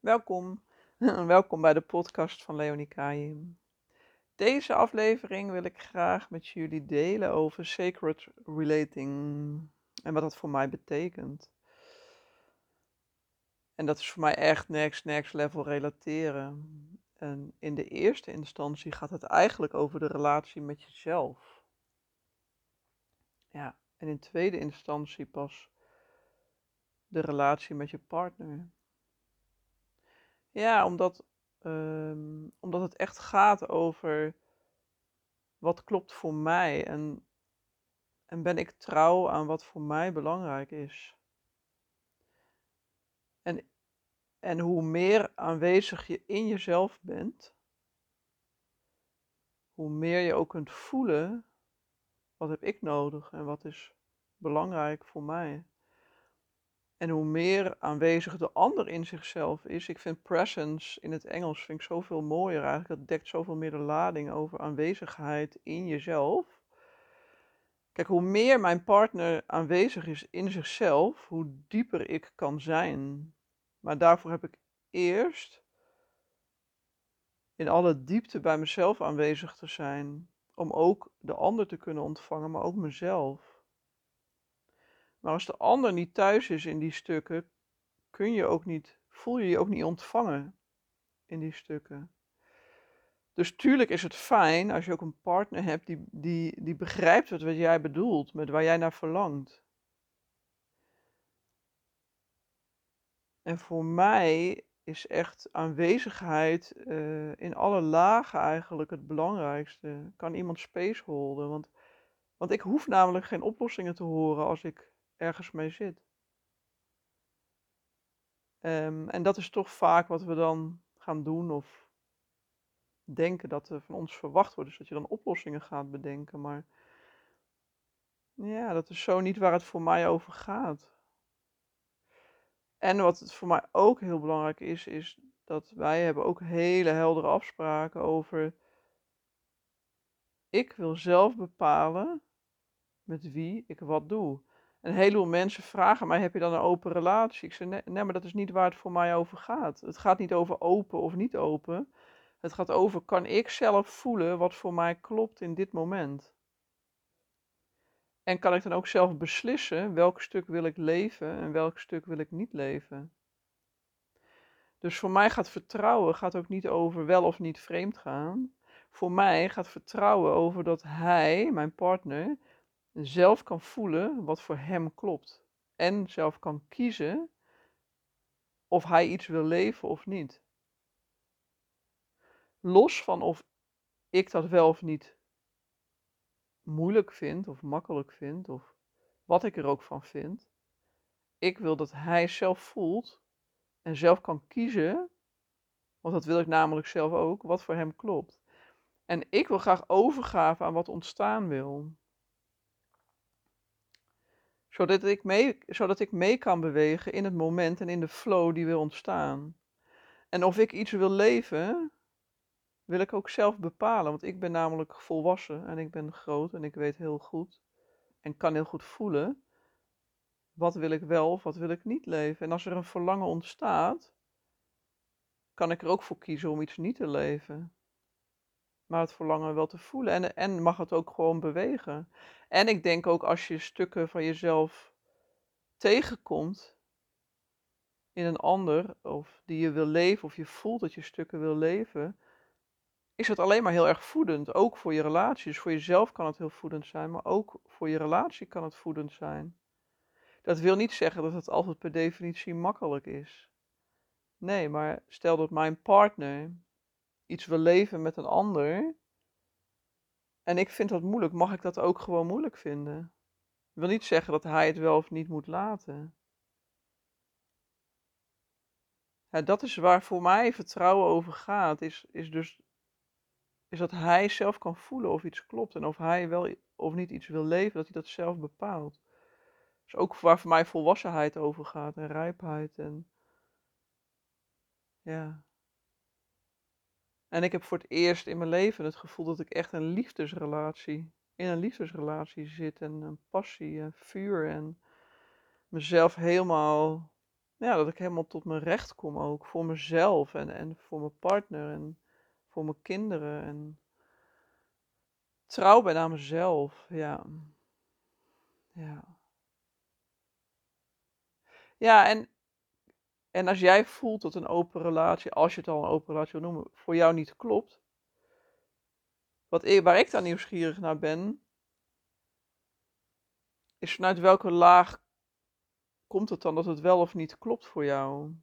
Welkom. Welkom bij de podcast van Leonie Kaim. Deze aflevering wil ik graag met jullie delen over sacred relating en wat dat voor mij betekent. En dat is voor mij echt next level relateren. En in de eerste instantie gaat het eigenlijk over de relatie met jezelf. Ja, en in tweede instantie pas de relatie met je partner. Ja, omdat het echt gaat over wat klopt voor mij en ben ik trouw aan wat voor mij belangrijk is. En, en hoe meer aanwezig je in jezelf bent, hoe meer je ook kunt voelen, wat heb ik nodig en wat is belangrijk voor mij. En hoe meer aanwezig de ander in zichzelf is. Ik vind presence in het Engels vind ik zoveel mooier eigenlijk. Dat dekt zoveel meer de lading over aanwezigheid in jezelf. Kijk, hoe meer mijn partner aanwezig is in zichzelf, hoe dieper ik kan zijn. Maar daarvoor heb ik eerst in alle diepte bij mezelf aanwezig te zijn. Om ook de ander te kunnen ontvangen, maar ook mezelf. Maar als de ander niet thuis is in die stukken, voel je je ook niet ontvangen in die stukken. Dus tuurlijk is het fijn als je ook een partner hebt die begrijpt wat jij bedoelt, met waar jij naar verlangt. En voor mij is echt aanwezigheid in alle lagen eigenlijk het belangrijkste. Kan iemand space holden? Want ik hoef namelijk geen oplossingen te horen als ik ergens mee zit. En dat is toch vaak wat we dan gaan doen of denken dat er van ons verwacht wordt. Dus dat je dan oplossingen gaat bedenken. Maar ja, dat is zo niet waar het voor mij over gaat. En wat het voor mij ook heel belangrijk is dat wij hebben ook hele heldere afspraken over. Ik wil zelf bepalen met wie ik wat doe. Een heleboel mensen vragen mij, heb je dan een open relatie? Ik zeg, nee, maar dat is niet waar het voor mij over gaat. Het gaat niet over open of niet open. Het gaat over, kan ik zelf voelen wat voor mij klopt in dit moment? En kan ik dan ook zelf beslissen welk stuk wil ik leven en welk stuk wil ik niet leven? Dus voor mij gaat vertrouwen ook niet over wel of niet vreemd gaan. Voor mij gaat vertrouwen over dat hij, mijn partner, zelf kan voelen wat voor hem klopt. En zelf kan kiezen of hij iets wil leven of niet. Los van of ik dat wel of niet moeilijk vind of makkelijk vind of wat ik er ook van vind. Ik wil dat hij zelf voelt en zelf kan kiezen, want dat wil ik namelijk zelf ook, wat voor hem klopt. En ik wil graag overgave aan wat ontstaan wil. Zodat ik mee kan bewegen in het moment en in de flow die wil ontstaan. En of ik iets wil leven, wil ik ook zelf bepalen. Want ik ben namelijk volwassen en ik ben groot en ik weet heel goed en kan heel goed voelen. Wat wil ik wel of wat wil ik niet leven? En als er een verlangen ontstaat, kan ik er ook voor kiezen om iets niet te leven. Maar het verlangen wel te voelen. En mag het ook gewoon bewegen. En ik denk ook als je stukken van jezelf tegenkomt in een ander, of die je wil leven, of je voelt dat je stukken wil leven, is het alleen maar heel erg voedend. Ook voor je relatie. Dus voor jezelf kan het heel voedend zijn, maar ook voor je relatie kan het voedend zijn. Dat wil niet zeggen dat het altijd per definitie makkelijk is. Nee, maar stel dat mijn partner iets wil leven met een ander en ik vind dat moeilijk, mag ik dat ook gewoon moeilijk vinden? Dat wil niet zeggen dat hij het wel of niet moet laten. Ja, dat is waar voor mij vertrouwen over gaat, is dat hij zelf kan voelen of iets klopt en of hij wel of niet iets wil leven, dat hij dat zelf bepaalt. Dus ook waar voor mij volwassenheid over gaat en rijpheid en ja. En ik heb voor het eerst in mijn leven het gevoel dat ik echt in een liefdesrelatie zit en een passie en vuur en mezelf helemaal ja, dat ik helemaal tot mijn recht kom ook. Voor mezelf en voor mijn partner en voor mijn kinderen. En trouw ben aan mezelf, ja. Ja, ja en als jij voelt dat een open relatie, als je het al een open relatie wil noemen, voor jou niet klopt. Waar ik dan nieuwsgierig naar ben, is vanuit welke laag komt het dan dat het wel of niet klopt voor jou?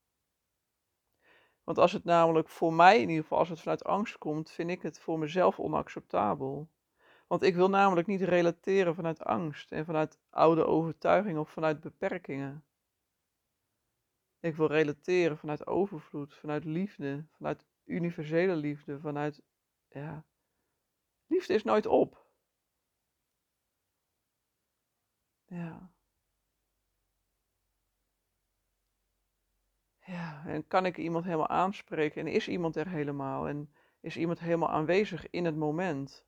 Want als het namelijk voor mij in ieder geval, als het vanuit angst komt, vind ik het voor mezelf onacceptabel. Want ik wil namelijk niet relateren vanuit angst en vanuit oude overtuigingen of vanuit beperkingen. Ik wil relateren vanuit overvloed, vanuit liefde, vanuit universele liefde, vanuit, ja, liefde is nooit op. Ja, ja, en kan ik iemand helemaal aanspreken en is iemand er helemaal en is iemand helemaal aanwezig in het moment?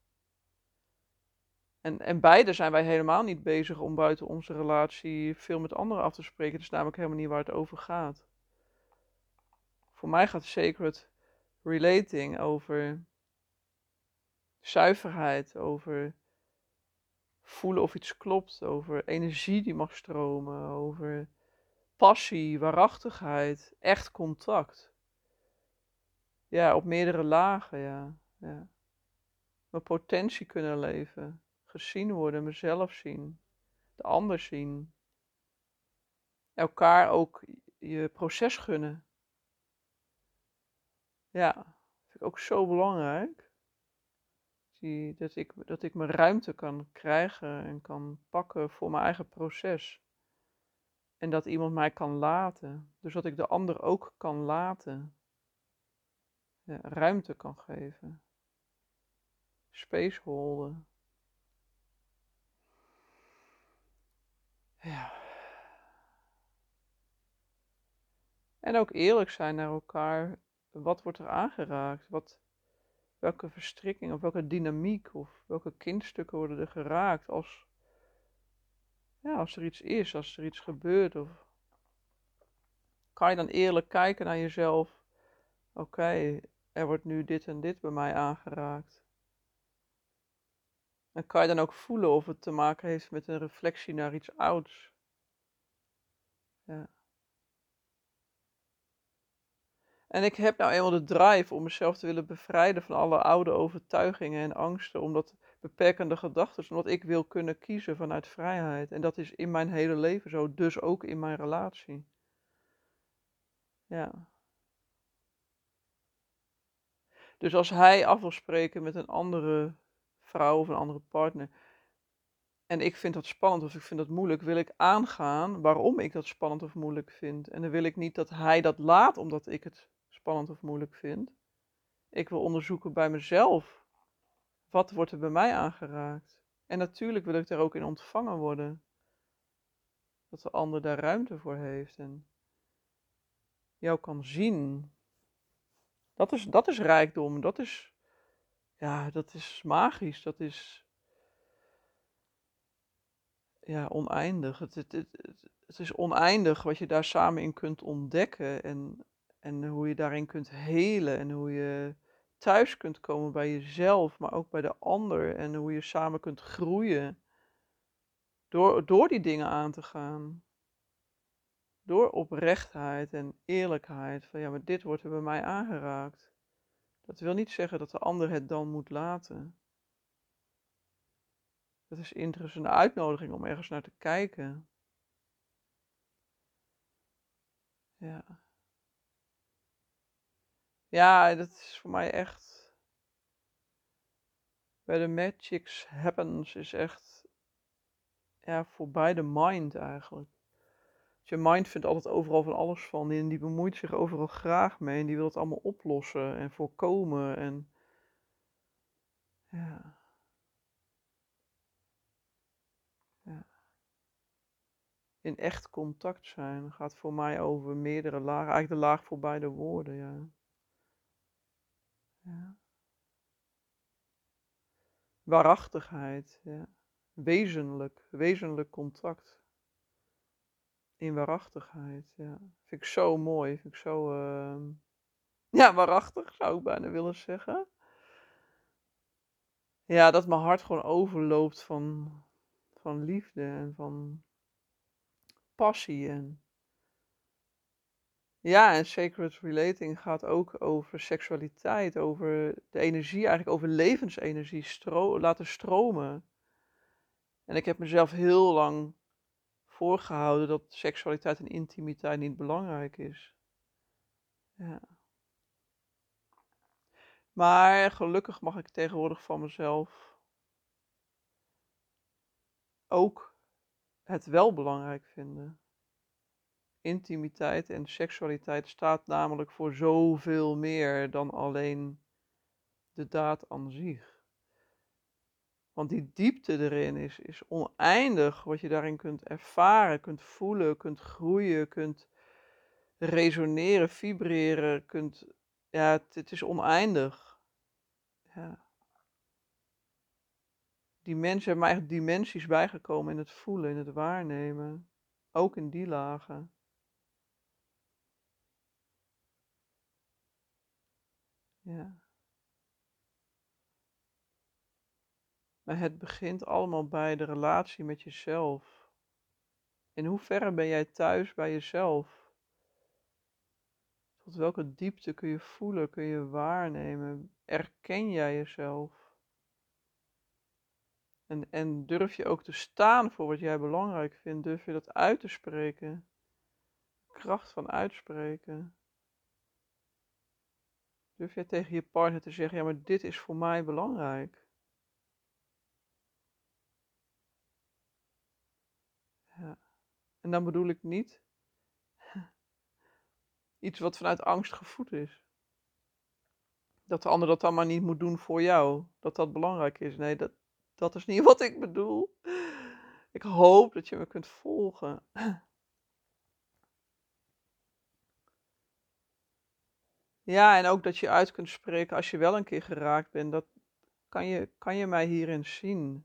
En beide zijn wij helemaal niet bezig om buiten onze relatie veel met anderen af te spreken. Dat is namelijk helemaal niet waar het over gaat. Voor mij gaat sacred relating over zuiverheid, over voelen of iets klopt, over energie die mag stromen, over passie, waarachtigheid, echt contact. Ja, op meerdere lagen, ja. Ja. Mijn potentie kunnen leven, gezien worden, mezelf zien, de ander zien. Elkaar ook je proces gunnen. Ja, vind ik ook zo belangrijk. Dat ik mijn ruimte kan krijgen en kan pakken voor mijn eigen proces. En dat iemand mij kan laten. Dus dat ik de ander ook kan laten. Ja, ruimte kan geven. Space holden. Ja. En ook eerlijk zijn naar elkaar. Wat wordt er aangeraakt? Welke verstrikking of welke dynamiek of welke kindstukken worden er geraakt als er iets is, als er iets gebeurt? Of kan je dan eerlijk kijken naar jezelf? Oké, er wordt nu dit en dit bij mij aangeraakt. En kan je dan ook voelen of het te maken heeft met een reflectie naar iets ouds? Ja. En ik heb nou eenmaal de drive om mezelf te willen bevrijden van alle oude overtuigingen en angsten, omdat beperkende gedachten, omdat ik wil kunnen kiezen vanuit vrijheid. En dat is in mijn hele leven zo, dus ook in mijn relatie. Ja. Dus als hij af wil spreken met een andere vrouw of een andere partner, en ik vind dat spannend of ik vind dat moeilijk, wil ik aangaan waarom ik dat spannend of moeilijk vind. En dan wil ik niet dat hij dat laat omdat ik het spannend of moeilijk vind. Ik wil onderzoeken bij mezelf, wat wordt er bij mij aangeraakt? En natuurlijk wil ik daar ook in ontvangen worden. Dat de ander daar ruimte voor heeft en jou kan zien. Dat is rijkdom, dat is magisch, dat is ja, oneindig. Het is oneindig wat je daar samen in kunt ontdekken en hoe je daarin kunt helen en hoe je thuis kunt komen bij jezelf, maar ook bij de ander en hoe je samen kunt groeien door die dingen aan te gaan. Door oprechtheid en eerlijkheid van ja, maar dit wordt er bij mij aangeraakt. Dat wil niet zeggen dat de ander het dan moet laten. Dat is interessant, een uitnodiging om ergens naar te kijken. Ja. Ja, dat is voor mij echt. Bij de Magics Happens is echt. Ja, voorbij de mind eigenlijk. Dus je mind vindt altijd overal van alles van. En die bemoeit zich overal graag mee. En die wil het allemaal oplossen en voorkomen. En ja, ja. In echt contact zijn gaat voor mij over meerdere lagen. Eigenlijk de laag voorbij de woorden, ja. Ja. Waarachtigheid, ja. Wezenlijk contact. In waarachtigheid, ja. Vind ik zo mooi. Vind ik zo, ja, waarachtig zou ik bijna willen zeggen. Ja, dat mijn hart gewoon overloopt van liefde en van passie. En ja, en sacred relating gaat ook over seksualiteit, over de energie, eigenlijk over levensenergie laten stromen. En ik heb mezelf heel lang voorgehouden dat seksualiteit en intimiteit niet belangrijk is. Ja. Maar gelukkig mag ik tegenwoordig van mezelf ook het wel belangrijk vinden. Intimiteit en seksualiteit staat namelijk voor zoveel meer dan alleen de daad aan zich. Want die diepte erin is oneindig wat je daarin kunt ervaren, kunt voelen, kunt groeien, kunt resoneren, vibreren, ja, het is oneindig. Ja. Die mensen hebben me eigenlijk dimensies bijgekomen in het voelen, in het waarnemen. Ook in die lagen. Ja. Maar het begint allemaal bij de relatie met jezelf. In hoeverre ben jij thuis bij jezelf? Tot welke diepte kun je voelen, kun je waarnemen? Erken jij jezelf? En durf je ook te staan voor wat jij belangrijk vindt? Durf je dat uit te spreken? Kracht van uitspreken. Durf jij tegen je partner te zeggen, ja, maar dit is voor mij belangrijk. Ja. En dan bedoel ik niet iets wat vanuit angst gevoed is. Dat de ander dat dan maar niet moet doen voor jou. Dat dat belangrijk is. Nee, dat is niet wat ik bedoel. Ik hoop dat je me kunt volgen. Ja, en ook dat je uit kunt spreken als je wel een keer geraakt bent. Dat kan je mij hierin zien.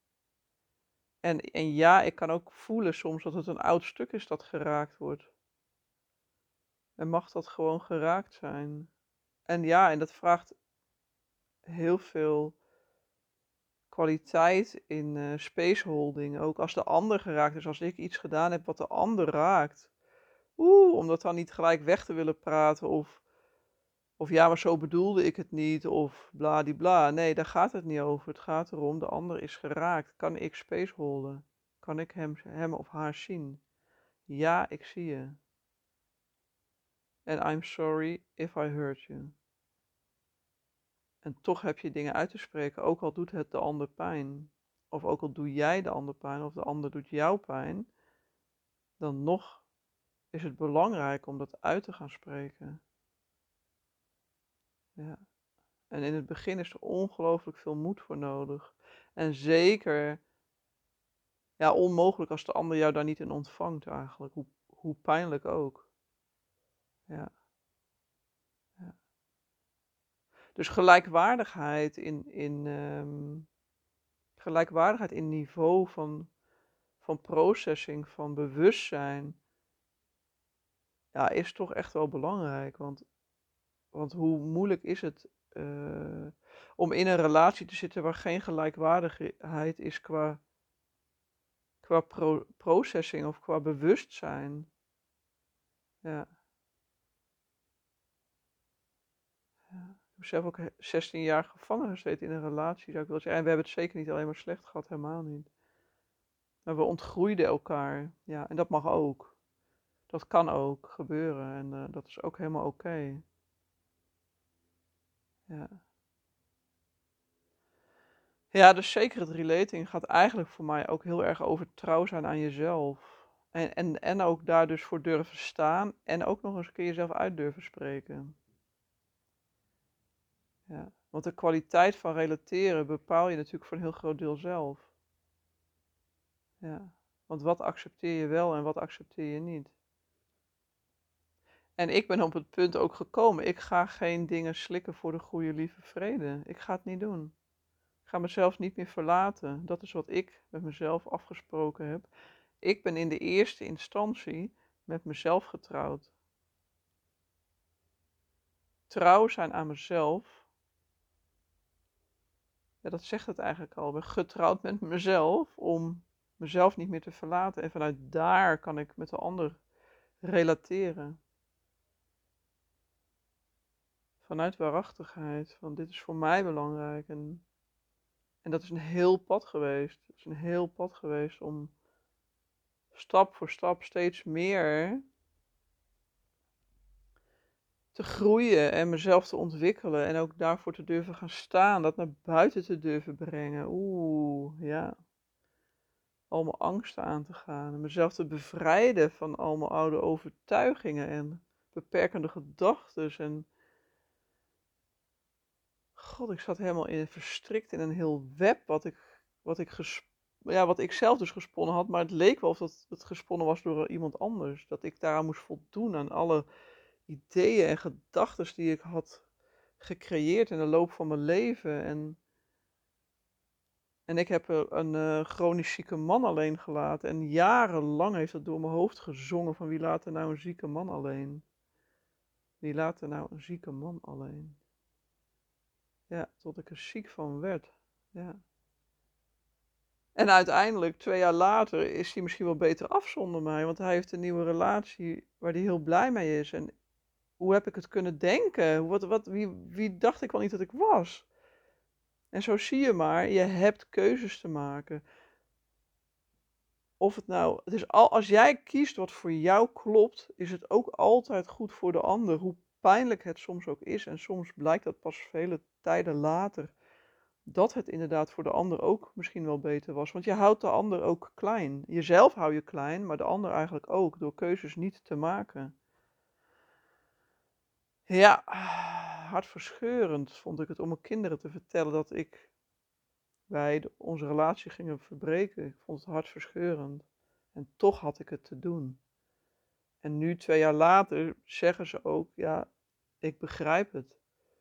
En ja, ik kan ook voelen soms dat het een oud stuk is dat geraakt wordt. En mag dat gewoon geraakt zijn. En ja, en dat vraagt heel veel kwaliteit in spaceholding. Ook als de ander geraakt is, als ik iets gedaan heb wat de ander raakt. Om dat dan niet gelijk weg te willen praten of ja, maar zo bedoelde ik het niet of bladibla. Nee, daar gaat het niet over. Het gaat erom, de ander is geraakt. Kan ik spaceholden? Kan ik hem of haar zien? Ja, ik zie je. And I'm sorry if I hurt you. En toch heb je dingen uit te spreken, ook al doet het de ander pijn. Of ook al doe jij de ander pijn, of de ander doet jou pijn. Dan nog is het belangrijk om dat uit te gaan spreken. Ja. En in het begin is er ongelooflijk veel moed voor nodig. En zeker, ja, onmogelijk als de ander jou daar niet in ontvangt eigenlijk. Hoe pijnlijk ook. Ja, ja. Dus gelijkwaardigheid in niveau van processing, van bewustzijn, ja, is toch echt wel belangrijk. Want hoe moeilijk is het om in een relatie te zitten waar geen gelijkwaardigheid is qua processing of qua bewustzijn. Ja, ja. Ik heb zelf ook 16 jaar gevangen gezeten in een relatie, zou ik willen zeggen. En we hebben het zeker niet alleen maar slecht gehad, helemaal niet. Maar we ontgroeiden elkaar. Ja, en dat mag ook. Dat kan ook gebeuren en dat is ook helemaal oké. Ja. Ja, dus sacred relating gaat eigenlijk voor mij ook heel erg over trouw zijn aan jezelf. En ook daar dus voor durven staan en ook nog eens een keer jezelf uit durven spreken. Ja. Want de kwaliteit van relateren bepaal je natuurlijk voor een heel groot deel zelf. Ja. Want wat accepteer je wel en wat accepteer je niet? En ik ben op het punt ook gekomen. Ik ga geen dingen slikken voor de goede lieve vrede. Ik ga het niet doen. Ik ga mezelf niet meer verlaten. Dat is wat ik met mezelf afgesproken heb. Ik ben in de eerste instantie met mezelf getrouwd. Trouw zijn aan mezelf, ja, dat zegt het eigenlijk al. Ik ben getrouwd met mezelf om mezelf niet meer te verlaten. En vanuit daar kan ik met de ander relateren. Vanuit waarachtigheid, van dit is voor mij belangrijk. En dat is een heel pad geweest. Het is een heel pad geweest om stap voor stap steeds meer te groeien en mezelf te ontwikkelen. En ook daarvoor te durven gaan staan, dat naar buiten te durven brengen. Ja. Al mijn angsten aan te gaan. En mezelf te bevrijden van al mijn oude overtuigingen en beperkende gedachten. En god, ik zat helemaal verstrikt in een heel web wat ik zelf dus gesponnen had. Maar het leek wel of het gesponnen was door iemand anders. Dat ik daaraan moest voldoen aan alle ideeën en gedachten die ik had gecreëerd in de loop van mijn leven. En ik heb een chronisch zieke man alleen gelaten. En jarenlang heeft dat door mijn hoofd gezongen van wie laat er nou een zieke man alleen? Wie laat er nou een zieke man alleen? Ja, tot ik er ziek van werd. Ja. En uiteindelijk, 2 jaar later, is hij misschien wel beter af zonder mij. Want hij heeft een nieuwe relatie waar hij heel blij mee is. En hoe heb ik het kunnen denken? Wie dacht ik wel niet dat ik was? En zo zie je maar, je hebt keuzes te maken. Het is als jij kiest wat voor jou klopt, is het ook altijd goed voor de ander. Hoe pijnlijk het soms ook is. En soms blijkt dat pas vele tijden later. Dat het inderdaad voor de ander ook misschien wel beter was. Want je houdt de ander ook klein. Jezelf hou je klein, maar de ander eigenlijk ook. Door keuzes niet te maken. Ja, hartverscheurend vond ik het om mijn kinderen te vertellen dat onze relatie gingen verbreken. Ik vond het hartverscheurend. En toch had ik het te doen. En nu, 2 jaar later, zeggen ze ook, ja, ik begrijp het.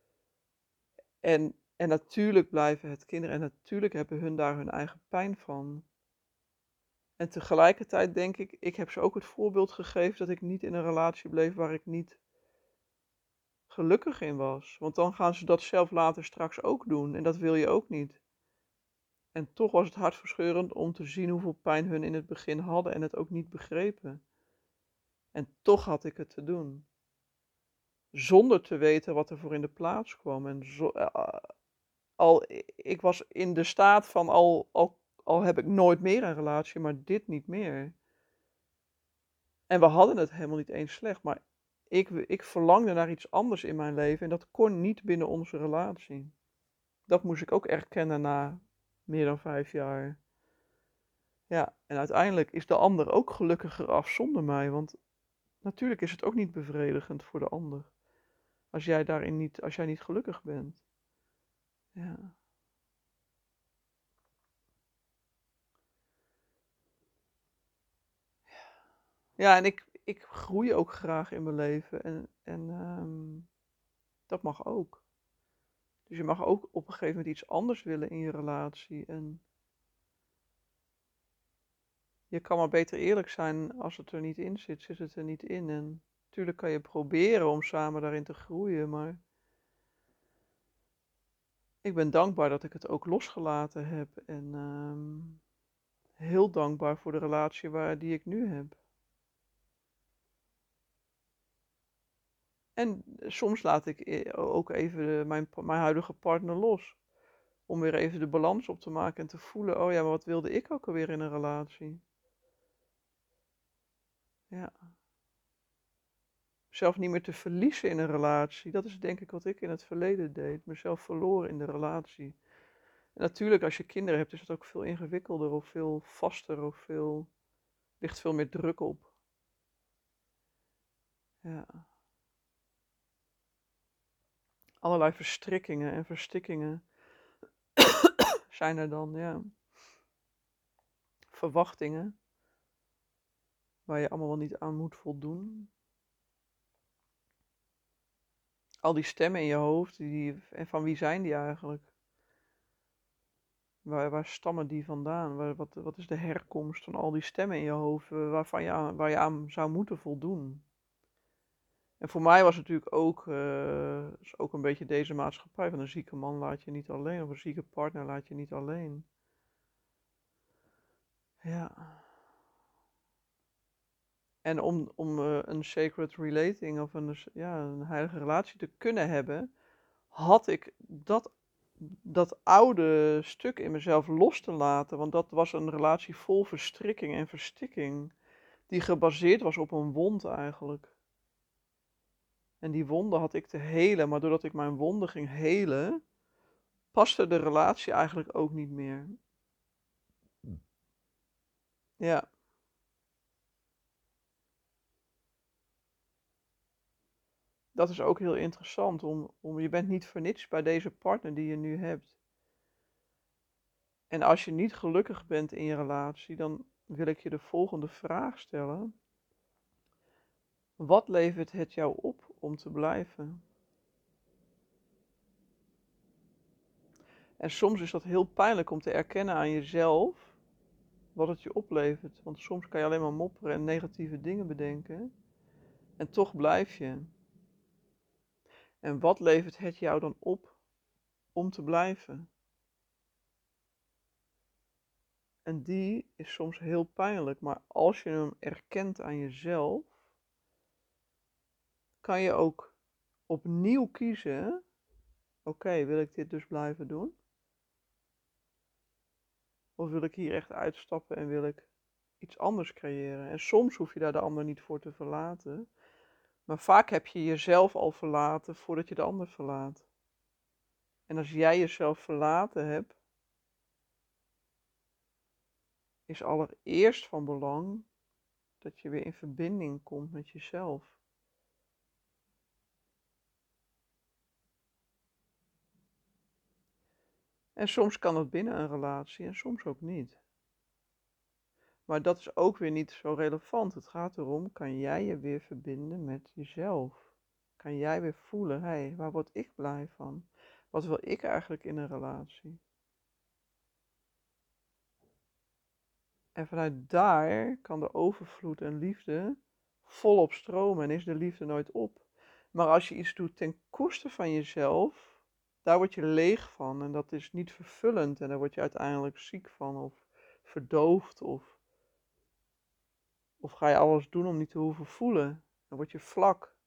En natuurlijk blijven het kinderen en natuurlijk hebben hun daar hun eigen pijn van. En tegelijkertijd denk ik heb ze ook het voorbeeld gegeven dat ik niet in een relatie bleef waar ik niet gelukkig in was. Want dan gaan ze dat zelf later straks ook doen en dat wil je ook niet. En toch was het hartverscheurend om te zien hoeveel pijn hun in het begin hadden en het ook niet begrepen. En toch had ik het te doen. Zonder te weten wat er voor in de plaats kwam. Ik was in de staat van al heb ik nooit meer een relatie, maar dit niet meer. En we hadden het helemaal niet eens slecht, maar ik verlangde naar iets anders in mijn leven en dat kon niet binnen onze relatie. Dat moest ik ook erkennen na meer dan 5 jaar. Ja, en uiteindelijk is de ander ook gelukkiger af zonder mij, want natuurlijk is het ook niet bevredigend voor de ander. Als jij niet gelukkig bent. Ja. Ja, en ik groei ook graag in mijn leven en dat mag ook. Dus je mag ook op een gegeven moment iets anders willen in je relatie. En je kan maar beter eerlijk zijn als het er niet in zit, zit het er niet in. En natuurlijk kan je proberen om samen daarin te groeien, maar ik ben dankbaar dat ik het ook losgelaten heb. En heel dankbaar voor de relatie die ik nu heb. En soms laat ik ook even mijn huidige partner los. Om weer even de balans op te maken en te voelen, oh ja, maar wat wilde ik ook alweer in een relatie? Ja. Mezelf niet meer te verliezen in een relatie. Dat is denk ik wat ik in het verleden deed. Mezelf verloren in de relatie. En natuurlijk, als je kinderen hebt, is het ook veel ingewikkelder of veel vaster of ligt veel meer druk op. Ja. Allerlei verstrikkingen en verstikkingen zijn er dan, ja. Verwachtingen, waar je allemaal wel niet aan moet voldoen. Al die stemmen in je hoofd, en van wie zijn die eigenlijk? Waar stammen die vandaan? Wat is de herkomst van al die stemmen in je hoofd waar je aan zou moeten voldoen? En voor mij was het natuurlijk ook, is ook een beetje deze maatschappij van een zieke man laat je niet alleen, of een zieke partner laat je niet alleen. Ja. En om een sacred relating of een heilige relatie te kunnen hebben, had ik dat oude stuk in mezelf los te laten. Want dat was een relatie vol verstrikking en verstikking, die gebaseerd was op een wond eigenlijk. En die wonden had ik te helen, maar doordat ik mijn wonden ging helen, paste de relatie eigenlijk ook niet meer. Ja, dat is ook heel interessant. Je bent niet voor niets bij deze partner die je nu hebt. En als je niet gelukkig bent in je relatie, dan wil ik je de volgende vraag stellen. Wat levert het jou op om te blijven? En soms is dat heel pijnlijk om te erkennen aan jezelf wat het je oplevert. Want soms kan je alleen maar mopperen en negatieve dingen bedenken. En toch blijf je. En wat levert het jou dan op om te blijven? En die is soms heel pijnlijk, maar als je hem erkent aan jezelf, kan je ook opnieuw kiezen. Oké, wil ik dit dus blijven doen? Of wil ik hier echt uitstappen en wil ik iets anders creëren? En soms hoef je daar de ander niet voor te verlaten. Maar vaak heb je jezelf al verlaten voordat je de ander verlaat. En als jij jezelf verlaten hebt, is allereerst van belang dat je weer in verbinding komt met jezelf. En soms kan dat binnen een relatie en soms ook niet. Maar dat is ook weer niet zo relevant. Het gaat erom, kan jij je weer verbinden met jezelf? Kan jij weer voelen, hé, waar word ik blij van? Wat wil ik eigenlijk in een relatie? En vanuit daar kan de overvloed en liefde volop stromen en is de liefde nooit op. Maar als je iets doet ten koste van jezelf, daar word je leeg van en dat is niet vervullend en daar word je uiteindelijk ziek van of verdoofd of ga je alles doen om niet te hoeven voelen. Dan word je vlak.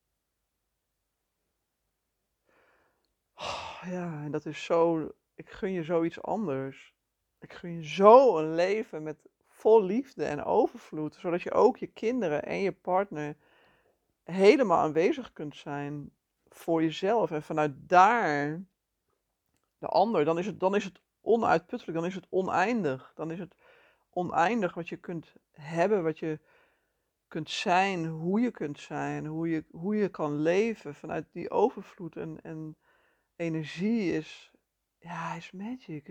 Ja, en dat is zo, ik gun je zoiets anders. Ik gun je zo een leven met vol liefde en overvloed, zodat je ook je kinderen en je partner helemaal aanwezig kunt zijn voor jezelf. En vanuit daar de ander, dan is het onuitputtelijk, dan is het oneindig. Dan is het oneindig wat je kunt hebben, wat je kunt zijn, hoe je kan leven vanuit die overvloed en energie is, ja, is magic,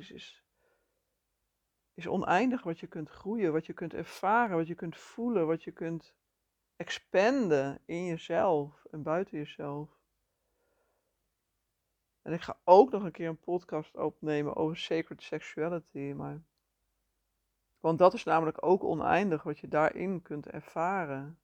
is oneindig wat je kunt groeien, wat je kunt ervaren, wat je kunt voelen, wat je kunt expanden in jezelf en buiten jezelf. En ik ga ook nog een keer een podcast opnemen over sacred sexuality, want dat is namelijk ook oneindig wat je daarin kunt ervaren.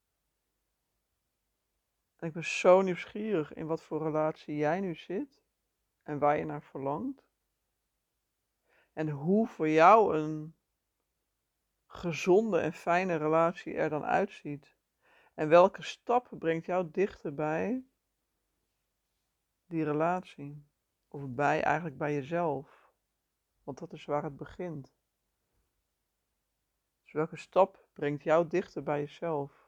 En ik ben zo nieuwsgierig in wat voor relatie jij nu zit en waar je naar verlangt. En hoe voor jou een gezonde en fijne relatie er dan uitziet. En welke stap brengt jou dichter bij die relatie? Of eigenlijk bij jezelf. Want dat is waar het begint. Dus welke stap brengt jou dichter bij jezelf?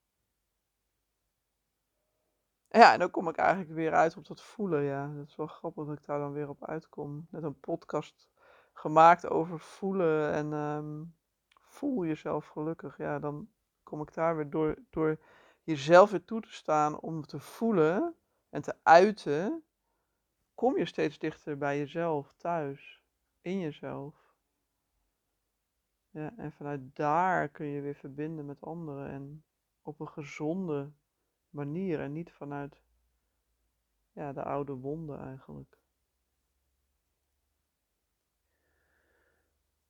Ja, en dan kom ik eigenlijk weer uit op dat voelen, ja. Dat is wel grappig dat ik daar dan weer op uitkom. Net een podcast gemaakt over voelen en voel jezelf gelukkig. Ja, dan kom ik daar weer door jezelf weer toe te staan om te voelen en te uiten, kom je steeds dichter bij jezelf thuis, in jezelf. Ja, en vanuit daar kun je weer verbinden met anderen en op een gezonde manier en niet vanuit ja, de oude wonden eigenlijk.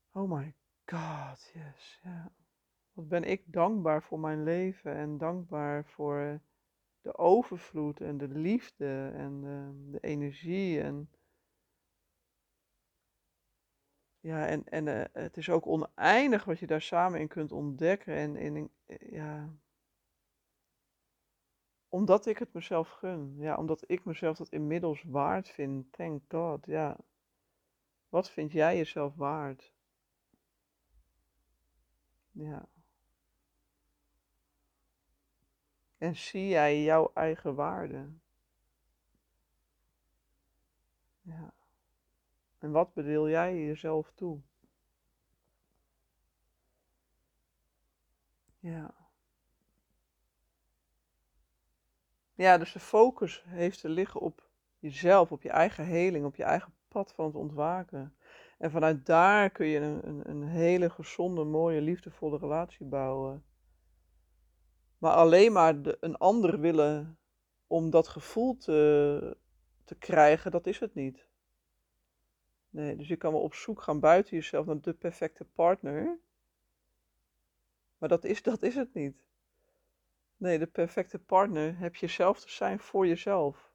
Oh my God, yes. Ja. Wat ben ik dankbaar voor mijn leven en dankbaar voor de overvloed en de liefde en de energie. En, ja, en het is ook oneindig wat je daar samen in kunt ontdekken. Ja, omdat ik het mezelf gun. Ja, omdat ik mezelf dat inmiddels waard vind. Thank God, ja. Wat vind jij jezelf waard? Ja. En zie jij jouw eigen waarde? Ja. En wat bedeel jij jezelf toe? Ja. Ja, dus de focus heeft te liggen op jezelf, op je eigen heling, op je eigen pad van het ontwaken. En vanuit daar kun je een hele gezonde, mooie, liefdevolle relatie bouwen. Maar alleen maar een ander willen om dat gevoel te krijgen, dat is het niet. Nee, dus je kan wel op zoek gaan buiten jezelf naar de perfecte partner, maar dat is het niet. Nee, de perfecte partner heb je zelf te zijn voor jezelf.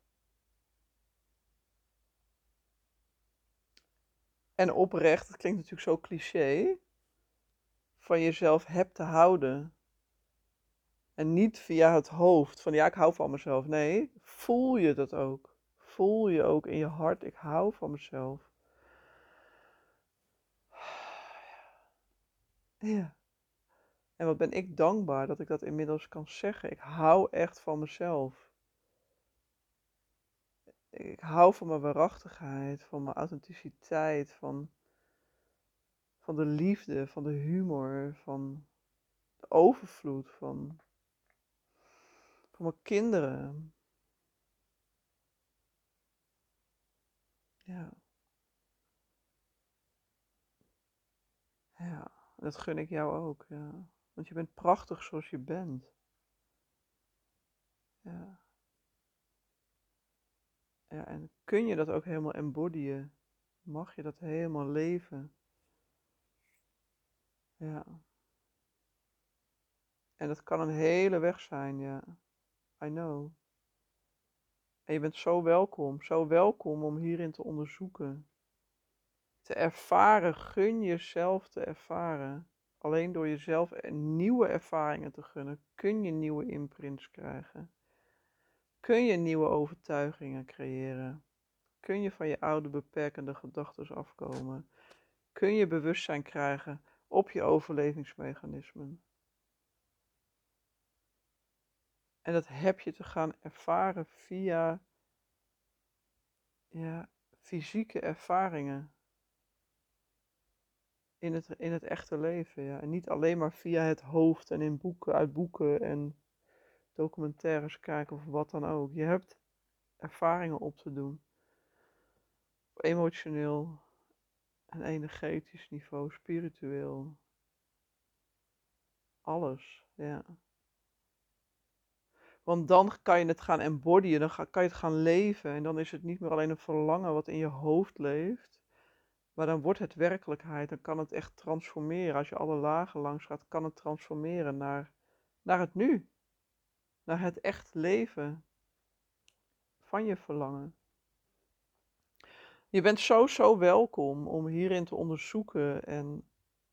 En oprecht, dat klinkt natuurlijk zo cliché, van jezelf hebt te houden. En niet via het hoofd, van ja, ik hou van mezelf. Nee, voel je dat ook. Voel je ook in je hart, ik hou van mezelf. Ja. En wat ben ik dankbaar dat ik dat inmiddels kan zeggen. Ik hou echt van mezelf. Ik hou van mijn waarachtigheid, van mijn authenticiteit, van de liefde, van de humor, van de overvloed, van mijn kinderen. Ja, ja, dat gun ik jou ook, ja. Want je bent prachtig zoals je bent. Ja, ja, en kun je dat ook helemaal embodyen? Mag je dat helemaal leven? Ja, en dat kan een hele weg zijn, ja. I know. En je bent zo welkom om hierin te onderzoeken. Te ervaren, gun jezelf te ervaren. Alleen door jezelf nieuwe ervaringen te gunnen, kun je nieuwe imprints krijgen. Kun je nieuwe overtuigingen creëren. Kun je van je oude beperkende gedachten afkomen. Kun je bewustzijn krijgen op je overlevingsmechanismen. En dat heb je te gaan ervaren via, ja, fysieke ervaringen. In het echte leven, ja. En niet alleen maar via het hoofd en in boeken, uit boeken en documentaires kijken of wat dan ook. Je hebt ervaringen op te doen. Op emotioneel en energetisch niveau, spiritueel. Alles, ja. Want dan kan je het gaan embodyen, kan je het gaan leven. En dan is het niet meer alleen een verlangen wat in je hoofd leeft. Maar dan wordt het werkelijkheid. Dan kan het echt transformeren. Als je alle lagen langs gaat, kan het transformeren naar het nu. Naar het echt leven van je verlangen. Je bent zo welkom om hierin te onderzoeken. En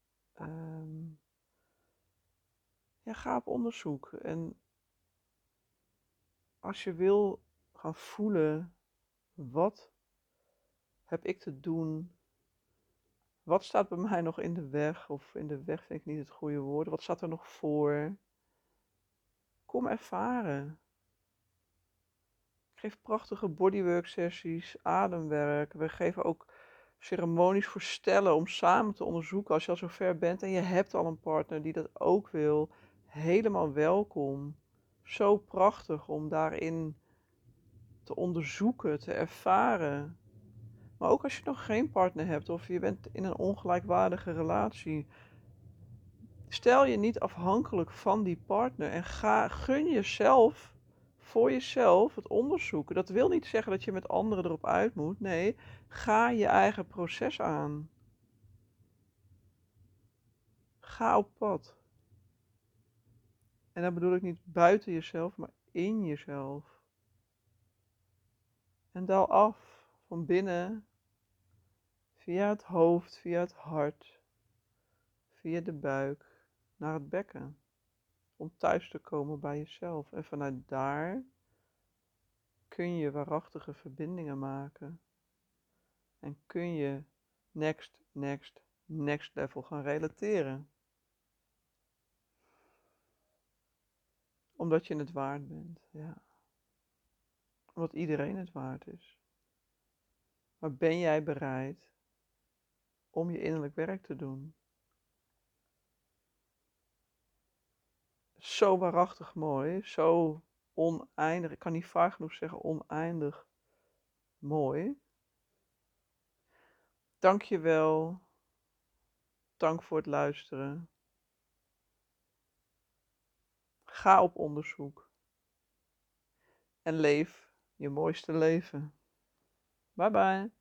ja, ga op onderzoek. En als je wil gaan voelen, wat heb ik te doen? Wat staat bij mij nog in de weg? Of in de weg vind ik niet het goede woord. Wat staat er nog voor? Kom ervaren. Ik geef prachtige bodywork sessies, ademwerk. We geven ook ceremonies voor stellen om samen te onderzoeken. Als je al zo ver bent en je hebt al een partner die dat ook wil, helemaal welkom. Zo prachtig om daarin te onderzoeken, te ervaren. Maar ook als je nog geen partner hebt of je bent in een ongelijkwaardige relatie. Stel je niet afhankelijk van die partner en gun jezelf, voor jezelf, het onderzoeken. Dat wil niet zeggen dat je met anderen erop uit moet. Nee, ga je eigen proces aan. Ga op pad. En dat bedoel ik niet buiten jezelf, maar in jezelf. En daal af van binnen, via het hoofd, via het hart, via de buik, naar het bekken. Om thuis te komen bij jezelf. En vanuit daar kun je waarachtige verbindingen maken. En kun je next level gaan relateren. Omdat je het waard bent, ja. Omdat iedereen het waard is. Maar ben jij bereid om je innerlijk werk te doen? Zo waarachtig mooi, zo oneindig, ik kan niet vaak genoeg zeggen, oneindig mooi. Dank je wel. Dank voor het luisteren. Ga op onderzoek. En leef je mooiste leven. Bye bye.